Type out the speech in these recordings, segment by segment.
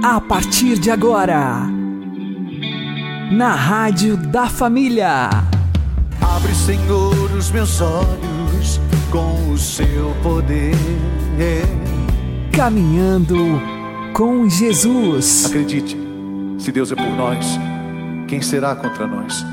A partir de agora, na Rádio da Família. Abre, Senhor, os meus olhos com o seu poder. Caminhando com Jesus. Acredite, se Deus é por nós, quem será contra nós?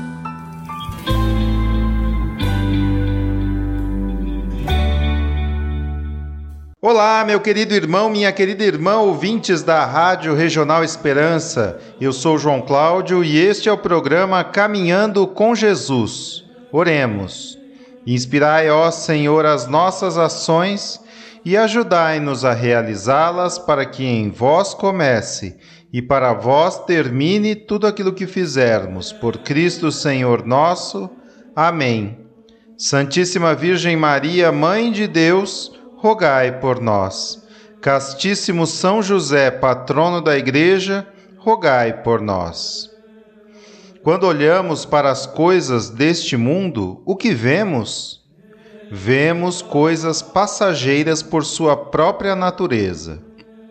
Olá, meu querido irmão, minha querida irmã, ouvintes da Rádio Regional Esperança. Eu sou João Cláudio e este é o programa Caminhando com Jesus. Oremos. Inspirai, ó Senhor, as nossas ações e ajudai-nos a realizá-las para que em vós comece e para vós termine tudo aquilo que fizermos. Por Cristo Senhor nosso. Amém. Santíssima Virgem Maria, Mãe de Deus, rogai por nós. Castíssimo São José, patrono da Igreja, rogai por nós. Quando olhamos para as coisas deste mundo, o que vemos? Vemos coisas passageiras por sua própria natureza.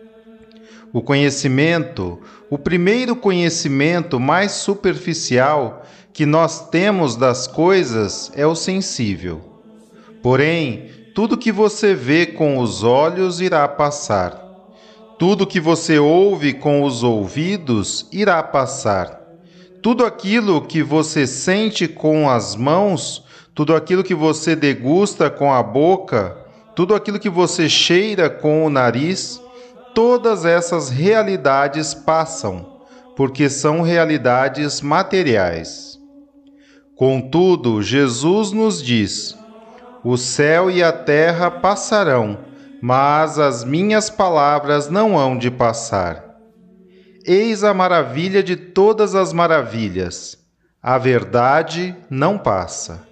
O conhecimento, o primeiro conhecimento mais superficial que nós temos das coisas é o sensível. Porém, tudo que você vê com os olhos irá passar. Tudo que você ouve com os ouvidos irá passar. Tudo aquilo que você sente com as mãos, tudo aquilo que você degusta com a boca, tudo aquilo que você cheira com o nariz, todas essas realidades passam, porque são realidades materiais. Contudo, Jesus nos diz: o céu e a terra passarão, mas as minhas palavras não hão de passar. Eis a maravilha de todas as maravilhas: a verdade não passa.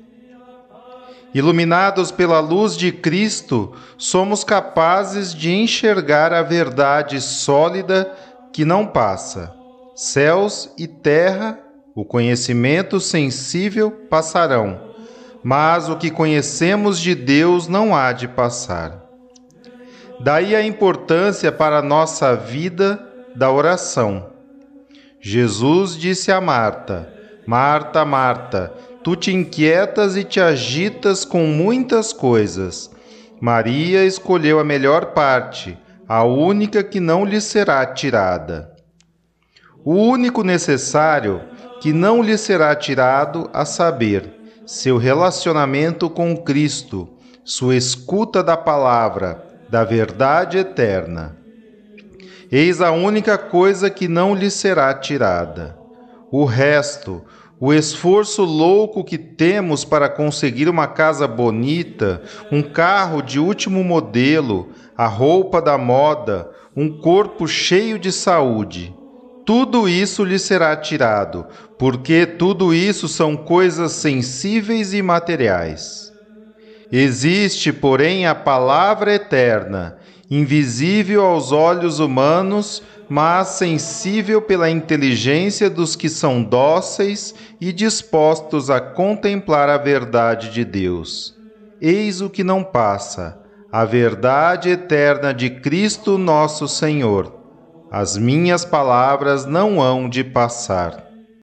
Iluminados pela luz de Cristo, somos capazes de enxergar a verdade sólida que não passa. Céus e terra, o conhecimento sensível passarão, mas o que conhecemos de Deus não há de passar. Daí a importância para a nossa vida da oração. Jesus disse a Marta: Marta, Marta, tu te inquietas e te agitas com muitas coisas. Maria escolheu a melhor parte, a única que não lhe será tirada. O único necessário que não lhe será tirado, a saber, seu relacionamento com Cristo, sua escuta da palavra, da verdade eterna. Eis a única coisa que não lhe será tirada. O resto, o esforço louco que temos para conseguir uma casa bonita, um carro de último modelo, a roupa da moda, um corpo cheio de saúde, tudo isso lhe será tirado, porque tudo isso são coisas sensíveis e materiais. Existe, porém, a palavra eterna, invisível aos olhos humanos, mas sensível pela inteligência dos que são dóceis e dispostos a contemplar a verdade de Deus. Eis o que não passa, a verdade eterna de Cristo nosso Senhor. As minhas palavras não hão de passar.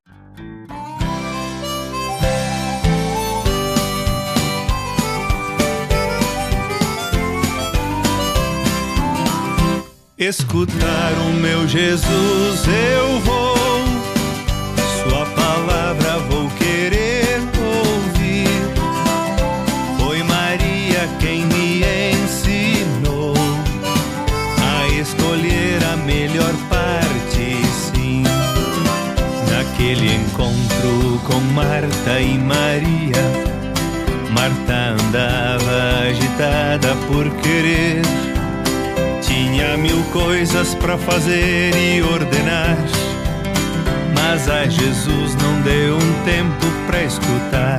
Escutar o meu Jesus eu vou, sua palavra vou querer ouvir. Foi Maria quem me ensinou a escolher a melhor parte, sim. Naquele encontro com Marta e Maria, Marta andava agitada por querer. Tinha mil coisas para fazer e ordenar, mas a Jesus não deu um tempo para escutar.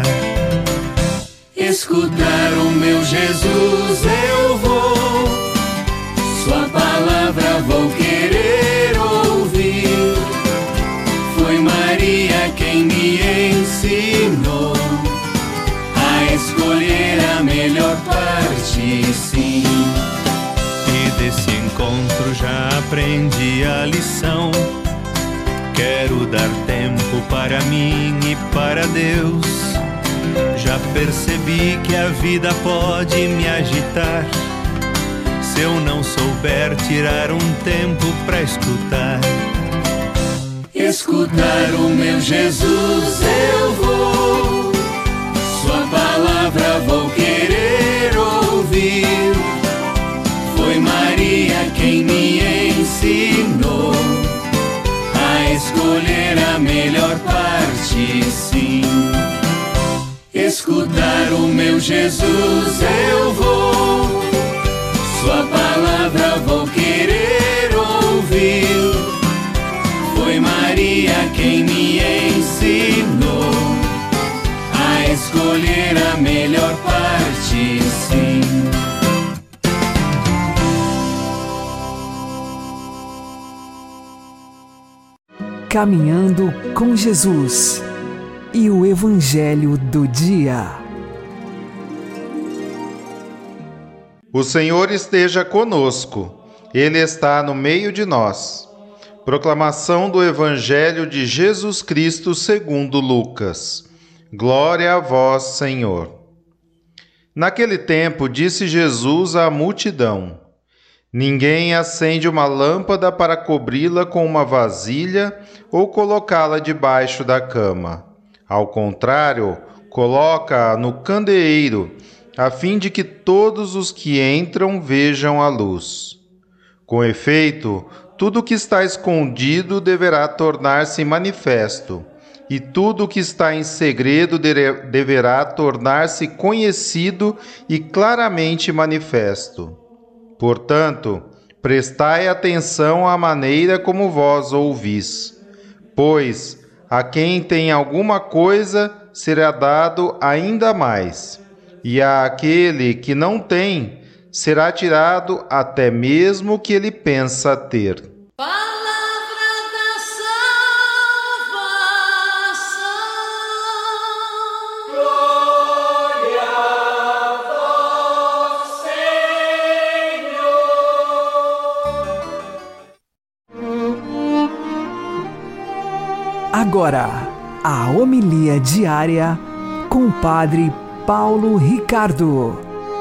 Escutar o meu Jesus eu vou, sua palavra vou querer ouvir. Foi Maria quem me ensinou a escolher a melhor parte, sim. Desse encontro já aprendi aprendi a lição. Quero dar tempo para mim e para Deus. Já percebi que a vida pode me agitar se eu não souber tirar um tempo para escutar. Escutar o meu Jesus eu vou, sua palavra vou querer ouvir. Foi Maria quem me ensinou a escolher a melhor parte, sim. Escutar o meu Jesus eu vou, sua palavra vou querer ouvir. Foi Maria quem me ensinou a escolher a melhor parte, sim. Caminhando com Jesus e o Evangelho do Dia. O Senhor esteja conosco, Ele está no meio de nós. Proclamação do Evangelho de Jesus Cristo segundo Lucas. Glória a vós, Senhor. Naquele tempo disse Jesus à multidão: Ninguém acende uma lâmpada para cobri-la com uma vasilha ou colocá-la debaixo da cama. Ao contrário, coloca-a no candeeiro, a fim de que todos os que entram vejam a luz. Com efeito, tudo que está escondido deverá tornar-se manifesto, e tudo que está em segredo deverá tornar-se conhecido e claramente manifesto. Portanto, prestai atenção à maneira como vós ouvis, pois a quem tem alguma coisa será dado ainda mais, e àquele que não tem será tirado até mesmo o que ele pensa ter. Agora, a homilia diária com o Padre Paulo Ricardo.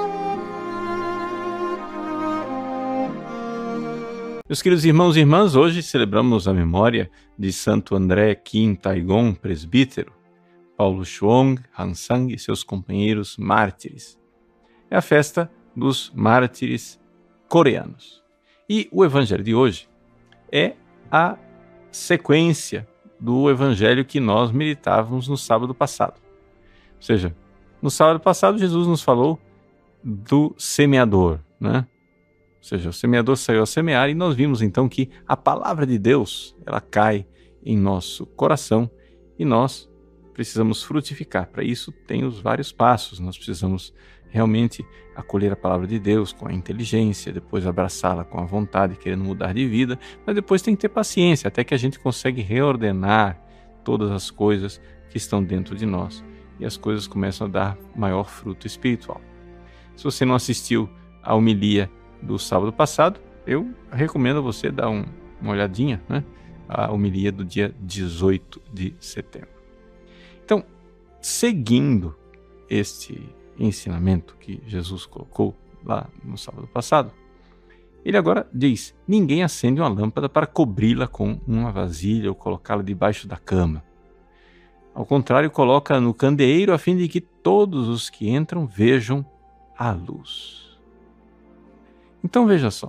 Meus queridos irmãos e irmãs, hoje celebramos a memória de Santo André Kim Taegon, presbítero, Paulo Chuong, Hansang e seus companheiros mártires. É a festa dos mártires coreanos. E o evangelho de hoje é a sequência do evangelho que nós meditávamos no sábado passado. Ou seja, no sábado passado Jesus nos falou do semeador, né? Ou seja, o semeador saiu a semear e nós vimos então que a palavra de Deus, ela cai em nosso coração e nós precisamos frutificar. Para isso tem os vários passos. Nós precisamos realmente acolher a palavra de Deus com a inteligência, depois abraçá-la com a vontade, querendo mudar de vida, mas depois tem que ter paciência, até que a gente consegue reordenar todas as coisas que estão dentro de nós e as coisas começam a dar maior fruto espiritual. Se você não assistiu à homilia do sábado passado, eu recomendo a você dar uma olhadinha, né? A homilia do dia 18 de setembro. Então, seguindo este ensinamento que Jesus colocou lá no sábado passado, ele agora diz: ninguém acende uma lâmpada para cobri-la com uma vasilha ou colocá-la debaixo da cama. Ao contrário, coloca no candeeiro a fim de que todos os que entram vejam a luz. Então veja só,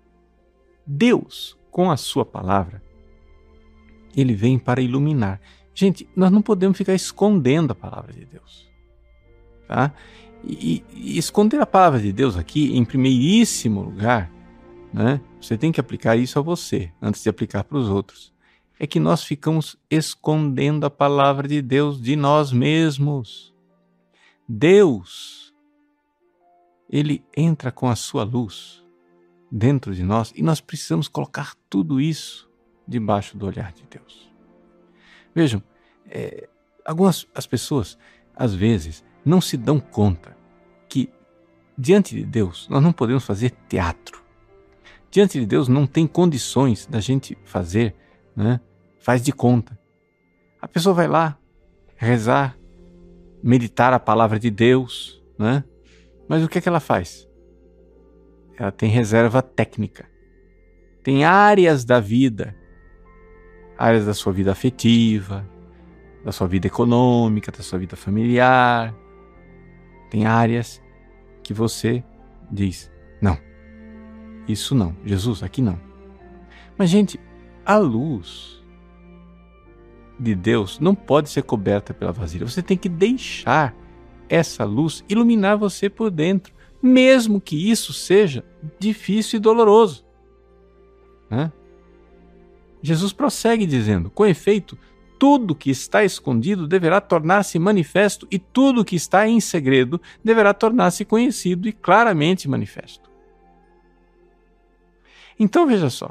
Deus, com a sua palavra, ele vem para iluminar. Gente, nós não podemos ficar escondendo a palavra de Deus. Tá? E esconder a palavra de Deus aqui, em primeiríssimo lugar, né? Você tem que aplicar isso a você, antes de aplicar para os outros. É que nós ficamos escondendo a palavra de Deus de nós mesmos. Deus, ele entra com a sua luz dentro de nós e nós precisamos colocar tudo isso debaixo do olhar de Deus. Vejam, as pessoas, às vezes, não se dão conta que, diante de Deus, nós não podemos fazer teatro. Diante de Deus não tem condições da gente fazer, né? Faz de conta. A pessoa vai lá rezar, meditar a palavra de Deus, né? Mas o que é que ela faz? Ela tem reserva técnica. Tem áreas da vida, áreas da sua vida afetiva, da sua vida econômica, da sua vida familiar. Tem áreas que você diz, não, isso não, Jesus, aqui não. Mas, gente, a luz de Deus não pode ser coberta pela vasilha. Você tem que deixar essa luz iluminar você por dentro, mesmo que isso seja difícil e doloroso, né? Jesus prossegue dizendo, com efeito, tudo que está escondido deverá tornar-se manifesto e tudo que está em segredo deverá tornar-se conhecido e claramente manifesto. Então veja só,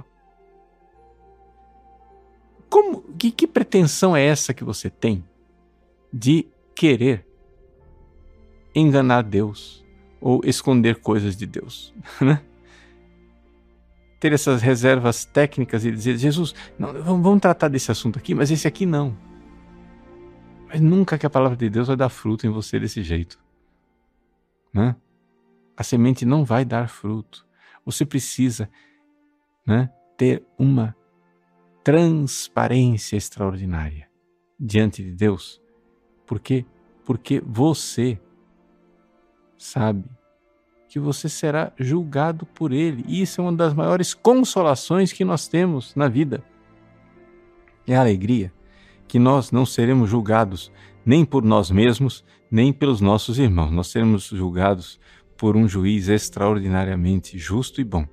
que pretensão é essa que você tem de querer enganar Deus ou esconder coisas de Deus, né? Ter essas reservas técnicas e dizer, Jesus, não, vamos tratar desse assunto aqui, mas esse aqui não. Mas nunca que a palavra de Deus vai dar fruto em você desse jeito, né? A semente não vai dar fruto. Você precisa, né, ter uma transparência extraordinária diante de Deus. Por quê? Porque você sabe que você será julgado por Ele. E isso é uma das maiores consolações que nós temos na vida. É a alegria que nós não seremos julgados nem por nós mesmos, nem pelos nossos irmãos. Nós seremos julgados por um juiz extraordinariamente justo e bom.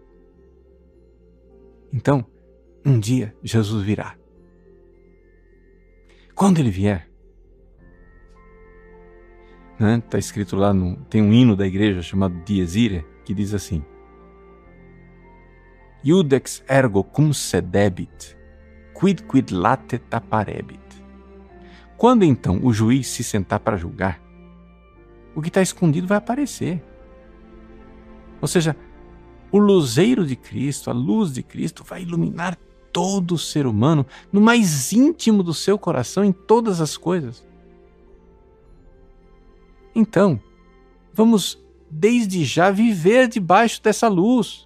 Então, um dia Jesus virá. Quando Ele vier, está escrito lá, tem um hino da igreja chamado Dies Irae, que diz assim: Iudex ergo cum sedebit, quid latet apparebit. Quando então o juiz se sentar para julgar, o que está escondido vai aparecer. Ou seja, o luzeiro de Cristo, a luz de Cristo vai iluminar todo o ser humano no mais íntimo do seu coração, em todas as coisas. Então, vamos desde já viver debaixo dessa luz.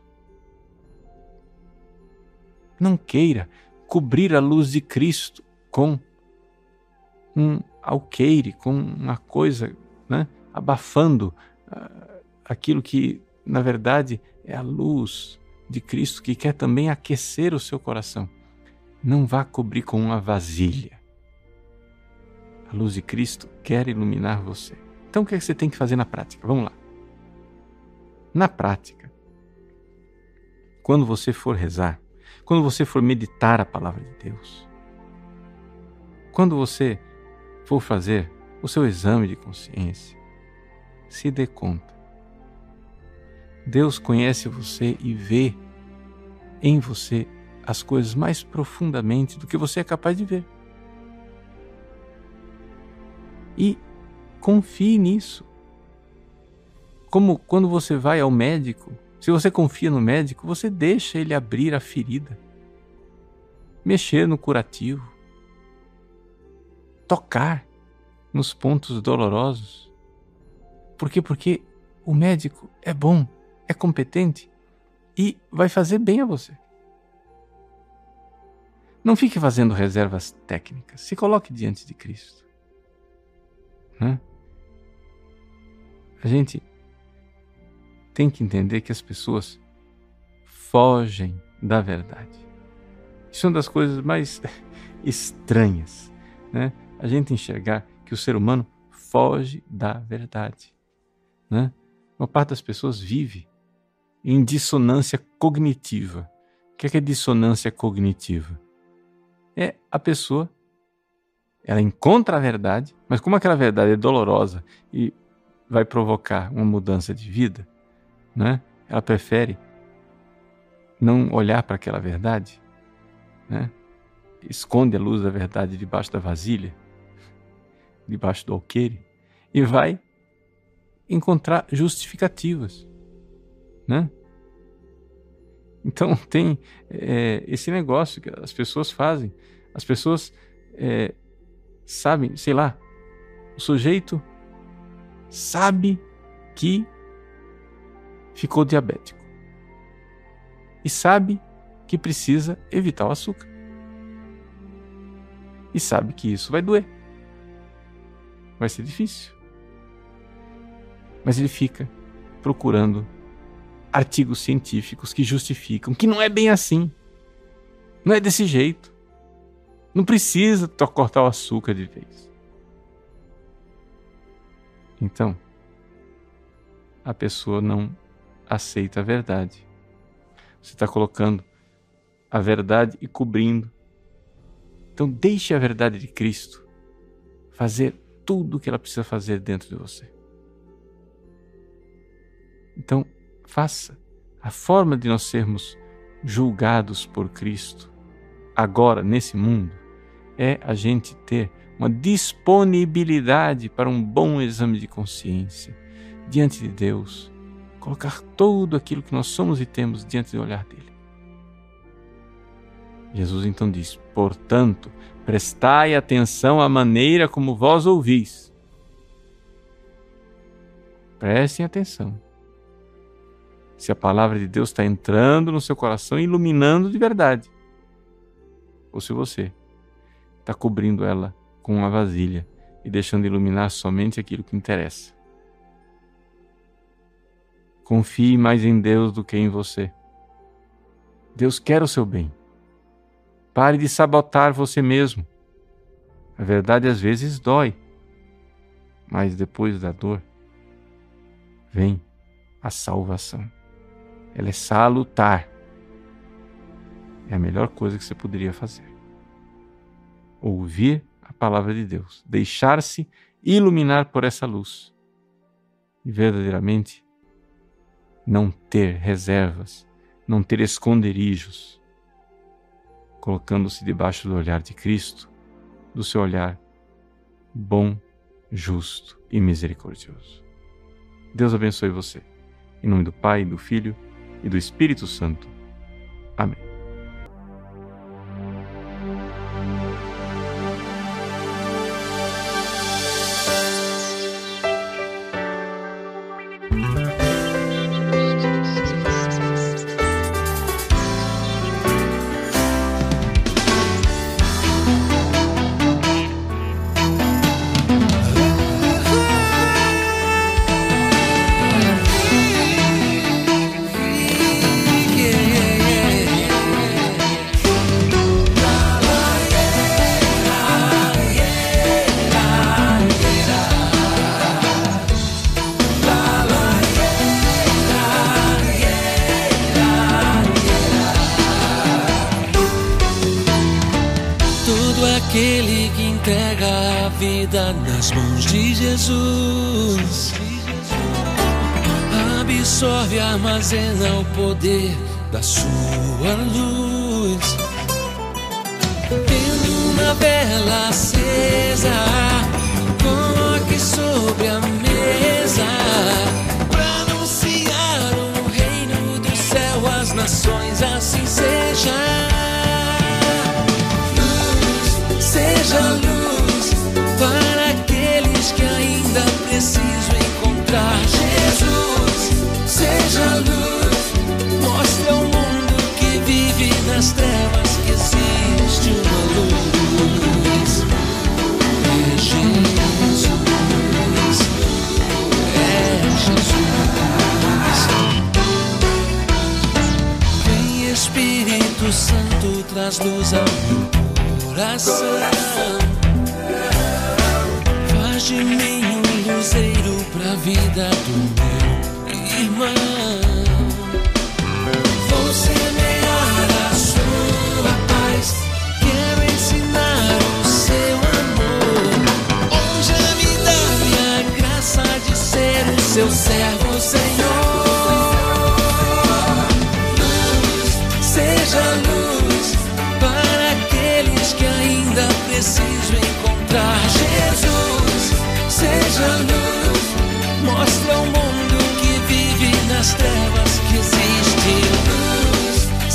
Não queira cobrir a luz de Cristo com um alqueire, com uma coisa, né, abafando aquilo que, na verdade, é a luz de Cristo que quer também aquecer o seu coração. Não vá cobrir com uma vasilha. A luz de Cristo quer iluminar você. Então, o que você tem que fazer na prática? Vamos lá. Na prática, quando você for rezar, quando você for meditar a palavra de Deus, quando você for fazer o seu exame de consciência, se dê conta. Deus conhece você e vê em você as coisas mais profundamente do que você é capaz de ver. E confie nisso. Como quando você vai ao médico, se você confia no médico, você deixa ele abrir a ferida, mexer no curativo, tocar nos pontos dolorosos. Por quê? Porque o médico é bom, é competente e vai fazer bem a você. Não fique fazendo reservas técnicas. Se coloque diante de Cristo. A gente tem que entender que as pessoas fogem da verdade. Isso é uma das coisas mais estranhas, né? A gente enxergar que o ser humano foge da verdade, né? Uma parte das pessoas vive em dissonância cognitiva. O que é dissonância cognitiva? É a pessoa, ela encontra a verdade, mas como aquela verdade é dolorosa e vai provocar uma mudança de vida, né? Ela prefere não olhar para aquela verdade, né? Esconde a luz da verdade debaixo da vasilha, debaixo do alqueire, e vai encontrar justificativas, né? Então tem esse negócio que as pessoas fazem. As pessoas sabem, sei lá, o sujeito sabe que ficou diabético e sabe que precisa evitar o açúcar e sabe que isso vai doer, vai ser difícil, mas ele fica procurando artigos científicos que justificam que não é bem assim, não é desse jeito, não precisa cortar o açúcar de vez. Então, a pessoa não aceita a verdade. Você está colocando a verdade e cobrindo. Então, deixe a verdade de Cristo fazer tudo o que ela precisa fazer dentro de você. Então, faça. A forma de nós sermos julgados por Cristo agora, nesse mundo, é a gente ter uma disponibilidade para um bom exame de consciência diante de Deus, colocar tudo aquilo que nós somos e temos diante do olhar dele. Jesus então diz: portanto, prestai atenção à maneira como vós ouvis. Prestem atenção. Se a palavra de Deus está entrando no seu coração e iluminando de verdade, ou se você está cobrindo ela com uma vasilha e deixando iluminar somente aquilo que interessa. Confie mais em Deus do que em você. Deus quer o seu bem. Pare de sabotar você mesmo. A verdade às vezes dói, mas depois da dor vem a salvação. Ela é salutar. É a melhor coisa que você poderia fazer. Ouvir a palavra de Deus, deixar-se iluminar por essa luz e verdadeiramente não ter reservas, não ter esconderijos, colocando-se debaixo do olhar de Cristo, do seu olhar bom, justo e misericordioso. Deus abençoe você. Em nome do Pai, do Filho e do Espírito Santo. Amém. Aquele que entrega a vida nas mãos de Jesus, absorve e armazena o poder da sua luz. Tendo uma vela acesa, coloque sobre a mesa, pra anunciar o reino do céu às nações, assim seja. Seja luz para aqueles que ainda precisam encontrar Jesus. Seja luz, mostre ao mundo que vive nas trevas que existe uma luz. É Jesus, é Jesus. Vem Espírito Santo, traz luz ao meu coração, faz de mim um luzeiro pra vida do meu irmão. Vou semear a sua paz, quero ensinar o seu amor. Hoje a me dá a graça de ser o seu servo, Senhor. Luz, seja luz para aqueles que ainda preciso encontrar Jesus. Seja luz, mostre ao mundo que vive nas trevas que existe luz.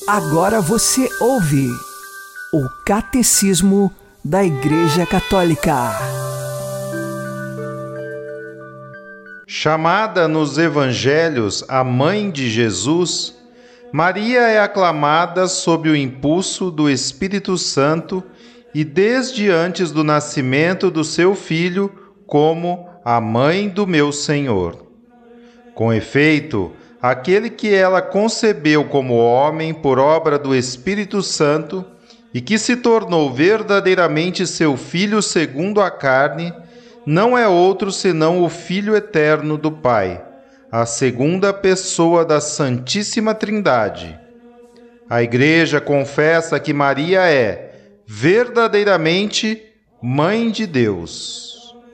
Agora você ouve o Catecismo da Igreja Católica. Chamada nos Evangelhos a Mãe de Jesus, Maria é aclamada sob o impulso do Espírito Santo e desde antes do nascimento do seu filho como a Mãe do meu Senhor. Com efeito, aquele que ela concebeu como homem por obra do Espírito Santo e que se tornou verdadeiramente seu Filho segundo a carne, não é outro senão o Filho eterno do Pai, a segunda pessoa da Santíssima Trindade. A Igreja confessa que Maria é verdadeiramente Mãe de Deus.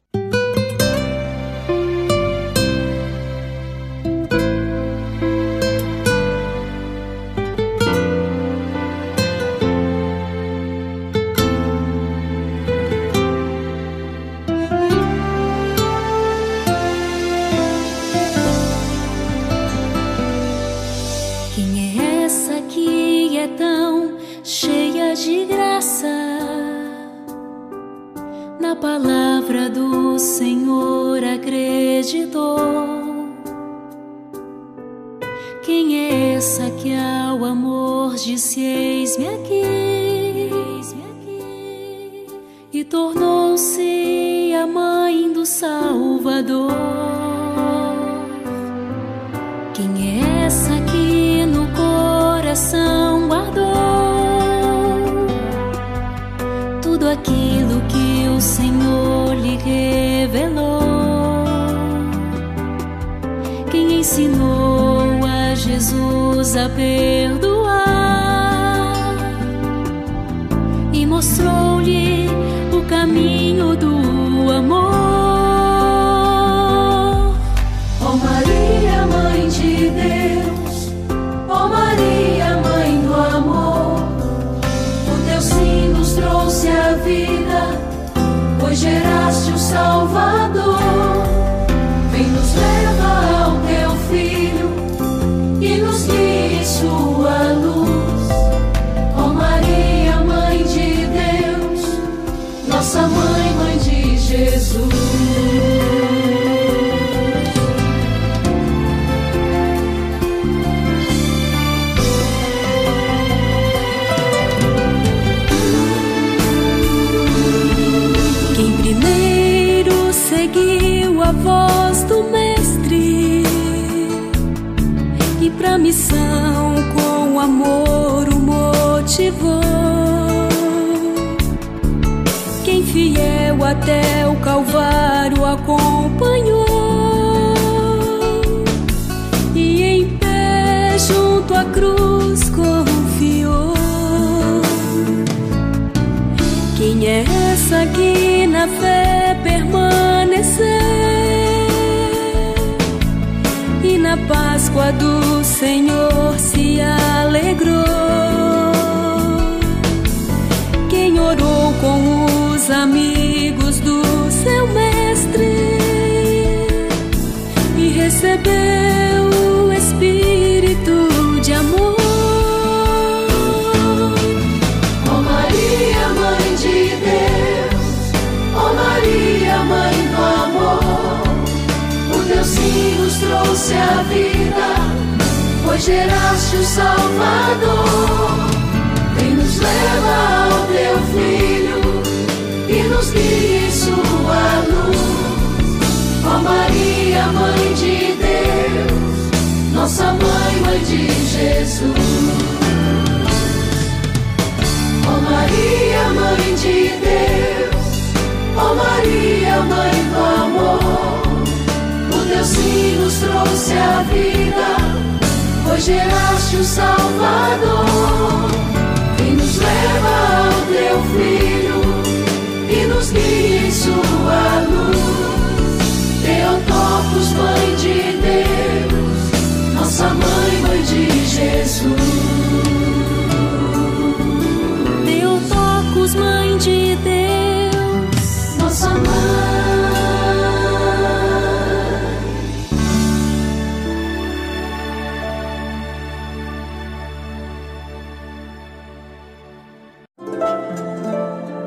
Na palavra do Senhor acreditou. Quem é essa que ao amor disse eis-me aqui, e tornou-se a mãe do Salvador? Quem é essa que no coração guardou tudo aquilo que o Senhor lhe revelou? Quem ensinou a Jesus a perdoar e mostrou-lhe o caminho do amor? Ó Maria, Mãe de Deus, ó Maria, Mãe do amor, o teu sim nos trouxe a vida, pois geraste o Salvador. Vem nos leva ao teu Filho e nos guie em sua luz. Ó Maria, Mãe de Deus, nossa Mãe, Mãe de Jesus. Quem primeiro seguiu a voz do Mestre e pra missão com amor o motivou, quem fiel até o Calvário acompanhou e em pé junto à cruz confiou. Quem é essa que na fé permaneceu e na Páscoa do Senhor se alegrou? Quem orou com os amigos do seu Mestre e recebeu o Espírito de amor? Ó Maria, Mãe de Deus, ó Maria, Mãe do amor, o teu sim nos trouxe a vida, pois geraste o Salvador. Vem nos leva ao teu Filho e nos guie em sua luz. Ó Maria, Mãe de Deus, nossa Mãe, Mãe de Jesus. Ó Maria, Mãe de Deus, ó Maria, Mãe do amor, o teu sim nos trouxe a vida, pois geraste o Salvador. Vem nos leva ao teu Filho e nos guie em sua luz. Theotokos, Mãe de Deus, nossa Mãe, Mãe de Jesus. Theotokos, Mãe de Deus, nossa Mãe.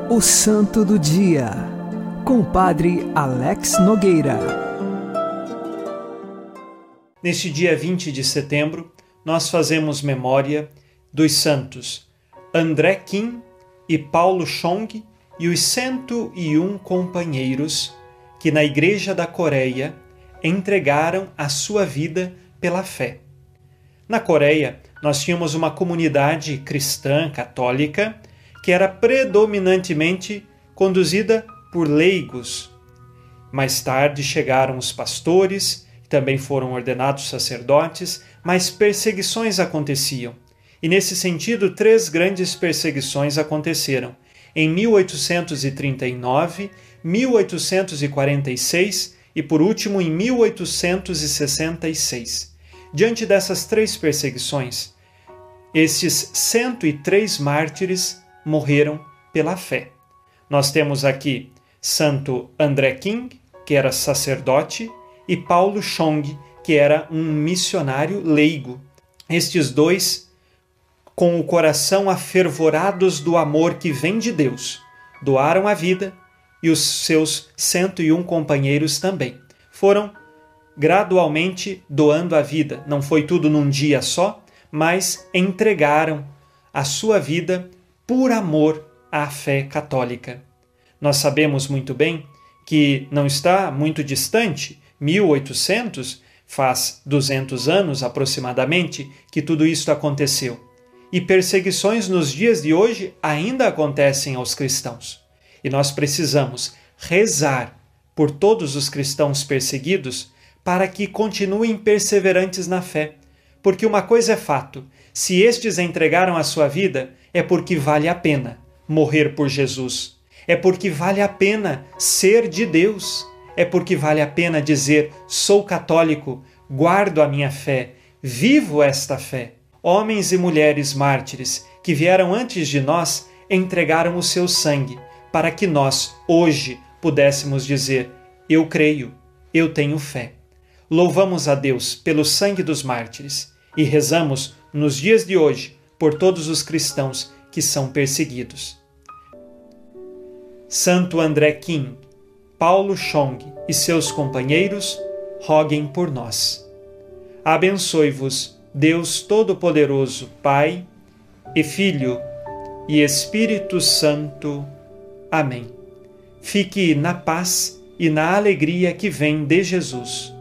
O Santo do Dia, com o Padre Alex Nogueira. Neste dia 20 de setembro, nós fazemos memória dos santos André Kim e Paulo Chong e os 101 companheiros que na Igreja da Coreia entregaram a sua vida pela fé. Na Coreia, nós tínhamos uma comunidade cristã católica que era predominantemente conduzida por leigos. Mais tarde chegaram os pastores, também foram ordenados sacerdotes, mas perseguições aconteciam. E nesse sentido, 3 grandes perseguições aconteceram. Em 1839, 1846 e, por último, em 1866. Diante dessas 3 perseguições, estes 103 mártires morreram pela fé. Nós temos aqui Santo André Kim, que era sacerdote, e Paulo Chong, que era um missionário leigo. Estes 2, com o coração afervorados do amor que vem de Deus, doaram a vida, e os seus 101 companheiros também. Foram gradualmente doando a vida. Não foi tudo num dia só, mas entregaram a sua vida por amor à fé católica. Nós sabemos muito bem que não está muito distante, 1800, faz 200 anos aproximadamente, que tudo isso aconteceu. E perseguições nos dias de hoje ainda acontecem aos cristãos. E nós precisamos rezar por todos os cristãos perseguidos para que continuem perseverantes na fé. Porque uma coisa é fato, se estes entregaram a sua vida, é porque vale a pena morrer por Jesus. É porque vale a pena ser de Deus. É porque vale a pena dizer, sou católico, guardo a minha fé, vivo esta fé. Homens e mulheres mártires que vieram antes de nós entregaram o seu sangue para que nós, hoje, pudéssemos dizer, eu creio, eu tenho fé. Louvamos a Deus pelo sangue dos mártires e rezamos nos dias de hoje por todos os cristãos que são perseguidos. Santo André Kim, Paulo Chong e seus companheiros, roguem por nós. Abençoe-vos, Deus Todo-Poderoso, Pai e Filho e Espírito Santo. Amém. Fique na paz e na alegria que vem de Jesus.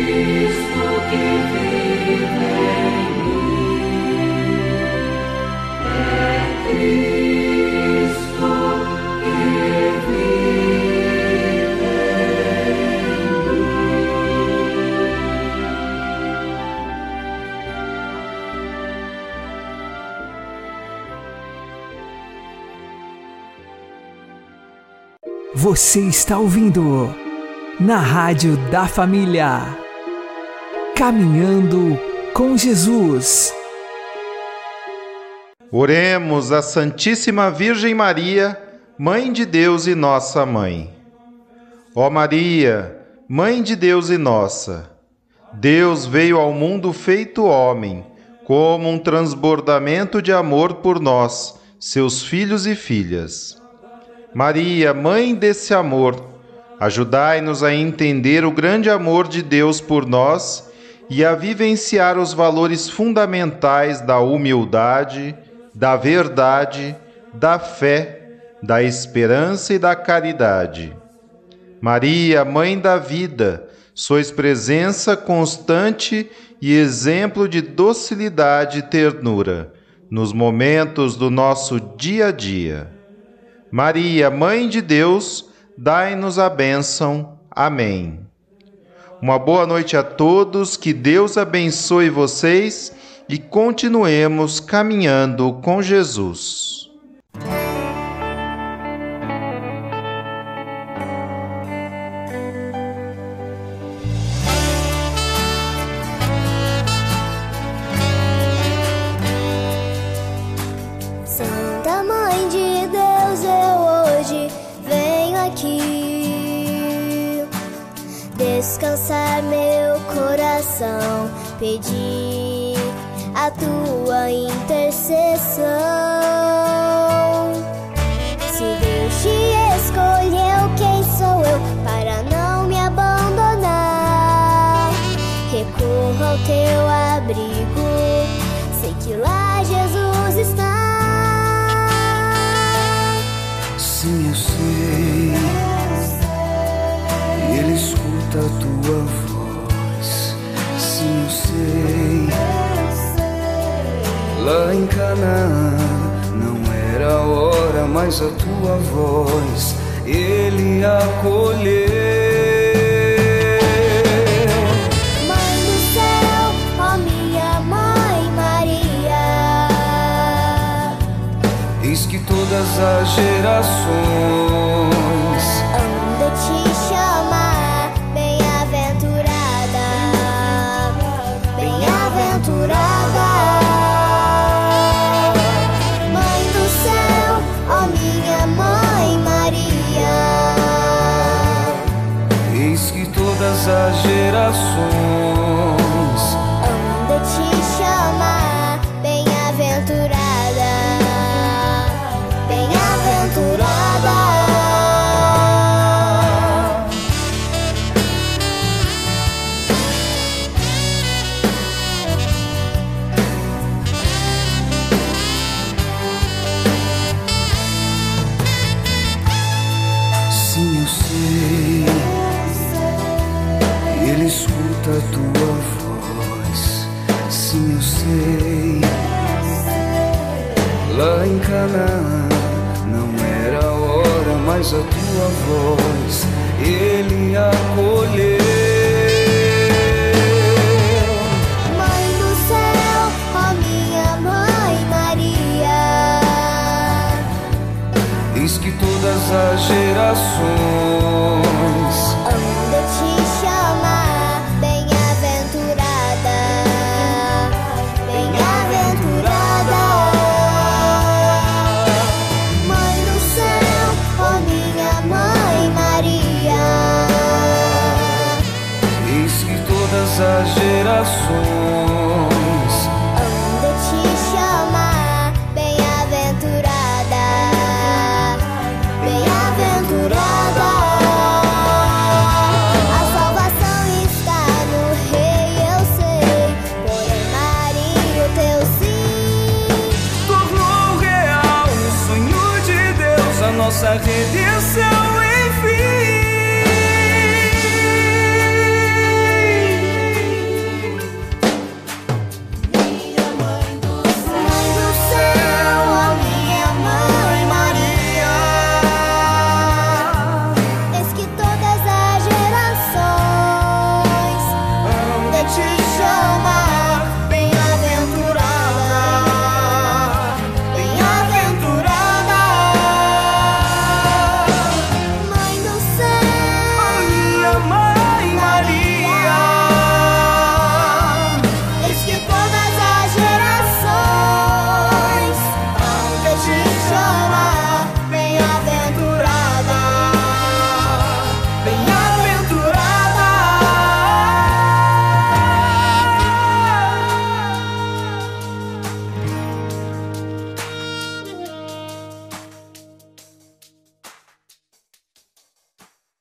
Você está ouvindo na Rádio da Família, Caminhando com Jesus. Oremos a Santíssima Virgem Maria, Mãe de Deus e nossa Mãe. Ó Maria, Mãe de Deus e nossa, Deus veio ao mundo feito homem, como um transbordamento de amor por nós, seus filhos e filhas. Maria, Mãe desse amor, ajudai-nos a entender o grande amor de Deus por nós e a vivenciar os valores fundamentais da humildade, da verdade, da fé, da esperança e da caridade. Maria, Mãe da vida, sois presença constante e exemplo de docilidade e ternura nos momentos do nosso dia a dia. Maria, Mãe de Deus, dai-nos a bênção. Amém. Uma boa noite a todos, que Deus abençoe vocês e continuemos caminhando com Jesus. Santa Mãe de Deus, eu hoje venho aqui descansar meu coração, pedir a tua intercessão. Se Deus te escolheu, quem sou eu para não me abandonar? Recorro ao teu abrigo, sei que lá Jesus está. Sim, eu sei, Ele escuta a tua voz. Sim, eu sei, lá em Canaã não era a hora, mas a tua voz Ele acolheu. Mãe do céu, ó minha Mãe Maria, Eis que todas as gerações hão de te chamar bem-aventurada, bem-aventurada. Mãe do céu, ó minha Mãe Maria, eis que todas as gerações hão de te chamar bem-aventurada, bem-aventurada. Sim, eu sei, Ele escuta a tua voz. Sim, eu sei, lá em Canaã não era a hora, mas a tua voz Ele acolheu. Mãe do céu, ó minha Mãe Maria, Eis que todas as gerações hão de te chamar bem-aventurada, bem-aventurada. Mãe do céu, ó minha Mãe Maria, eis que todas as gerações